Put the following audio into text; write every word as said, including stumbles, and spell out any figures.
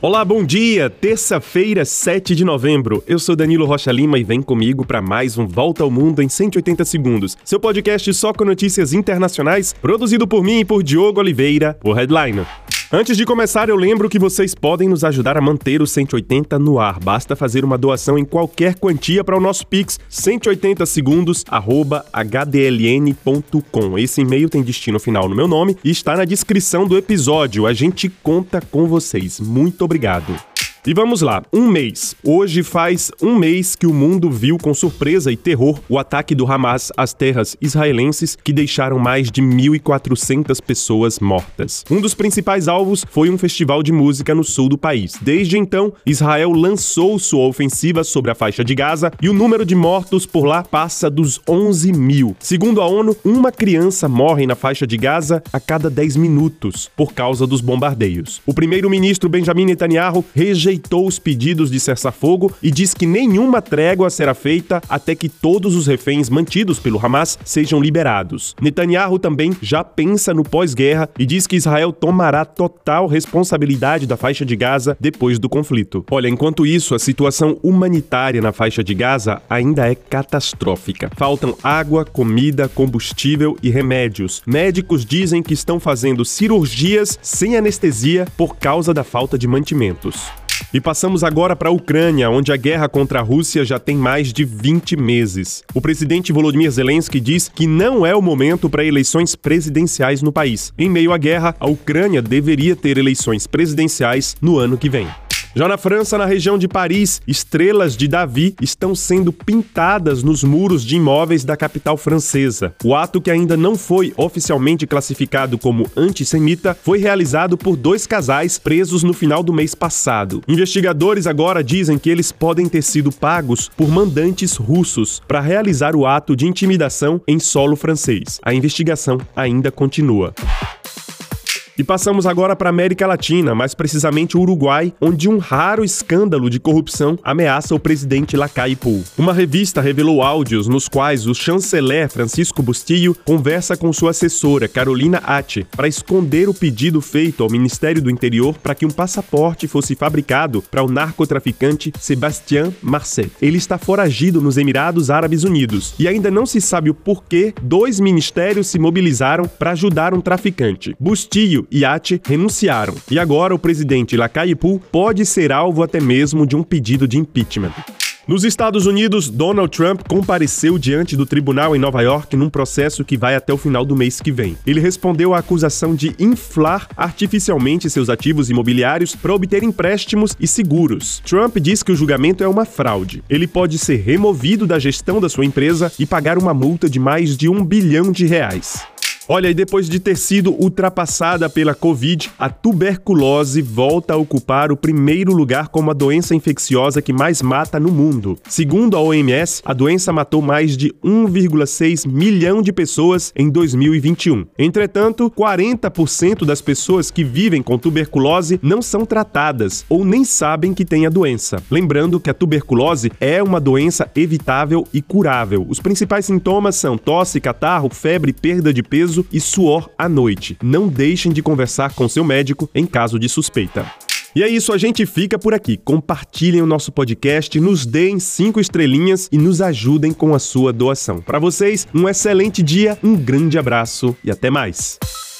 Olá, bom dia! Terça-feira, sete de novembro. Eu sou Danilo Rocha Lima e vem comigo para mais um Volta ao Mundo em cento e oitenta segundos. Seu podcast só com notícias internacionais, produzido por mim e por Diogo Oliveira, o Headliner. Antes de começar, eu lembro que vocês podem nos ajudar a manter o cento e oitenta no ar. Basta fazer uma doação em qualquer quantia para o nosso Pix, cento e oitenta segundos, arroba h d l n ponto com. Esse e-mail tem destino final no meu nome e está na descrição do episódio. A gente conta com vocês. Muito obrigado. E vamos lá, um mês. Hoje faz um mês que o mundo viu com surpresa e terror o ataque do Hamas às terras israelenses que deixaram mais de mil e quatrocentas pessoas mortas. Um dos principais alvos foi um festival de música no sul do país. Desde então, Israel lançou sua ofensiva sobre a faixa de Gaza e o número de mortos por lá passa dos onze mil. Segundo a ONU, uma criança morre na faixa de Gaza a cada dez minutos por causa dos bombardeios. O primeiro-ministro Benjamin Netanyahu rejeitou rejeitou os pedidos de cessar-fogo e diz que nenhuma trégua será feita até que todos os reféns mantidos pelo Hamas sejam liberados. Netanyahu também já pensa no pós-guerra e diz que Israel tomará total responsabilidade da faixa de Gaza depois do conflito. Olha, enquanto isso, a situação humanitária na faixa de Gaza ainda é catastrófica. Faltam água, comida, combustível e remédios. Médicos dizem que estão fazendo cirurgias sem anestesia por causa da falta de mantimentos. E passamos agora para a Ucrânia, onde a guerra contra a Rússia já tem mais de vinte meses. O presidente Volodymyr Zelensky diz que não é o momento para eleições presidenciais no país. Em meio à guerra, a Ucrânia deveria ter eleições presidenciais no ano que vem. Já na França, na região de Paris, estrelas de Davi estão sendo pintadas nos muros de imóveis da capital francesa. O ato, que ainda não foi oficialmente classificado como antissemita, foi realizado por dois casais presos no final do mês passado. Investigadores agora dizem que eles podem ter sido pagos por mandantes russos para realizar o ato de intimidação em solo francês. A investigação ainda continua. E passamos agora para a América Latina, mais precisamente o Uruguai, onde um raro escândalo de corrupção ameaça o presidente Lacalle Pou. Uma revista revelou áudios nos quais o chanceler Francisco Bustillo conversa com sua assessora, Carolina Ache, para esconder o pedido feito ao Ministério do Interior para que um passaporte fosse fabricado para o narcotraficante Sébastien Marcet. Ele está foragido nos Emirados Árabes Unidos e ainda não se sabe o porquê dois ministérios se mobilizaram para ajudar um traficante. Bustillo e Ache renunciaram, e agora o presidente Lacalle Pou pode ser alvo até mesmo de um pedido de impeachment. Nos Estados Unidos, Donald Trump compareceu diante do tribunal em Nova York num processo que vai até o final do mês que vem. Ele respondeu à acusação de inflar artificialmente seus ativos imobiliários para obter empréstimos e seguros. Trump diz que o julgamento é uma fraude. Ele pode ser removido da gestão da sua empresa e pagar uma multa de mais de um bilhão de reais. Olha, e depois de ter sido ultrapassada pela Covid, a tuberculose volta a ocupar o primeiro lugar como a doença infecciosa que mais mata no mundo. Segundo a O M S, a doença matou mais de um vírgula seis milhão de pessoas em dois mil e vinte e um. Entretanto, quarenta por cento das pessoas que vivem com tuberculose não são tratadas ou nem sabem que têm a doença. Lembrando que a tuberculose é uma doença evitável e curável. Os principais sintomas são tosse, catarro, febre, perda de peso e suor à noite. Não deixem de conversar com seu médico em caso de suspeita. E é isso, a gente fica por aqui. Compartilhem o nosso podcast, nos deem cinco estrelinhas e nos ajudem com a sua doação. Para vocês, um excelente dia, um grande abraço e até mais.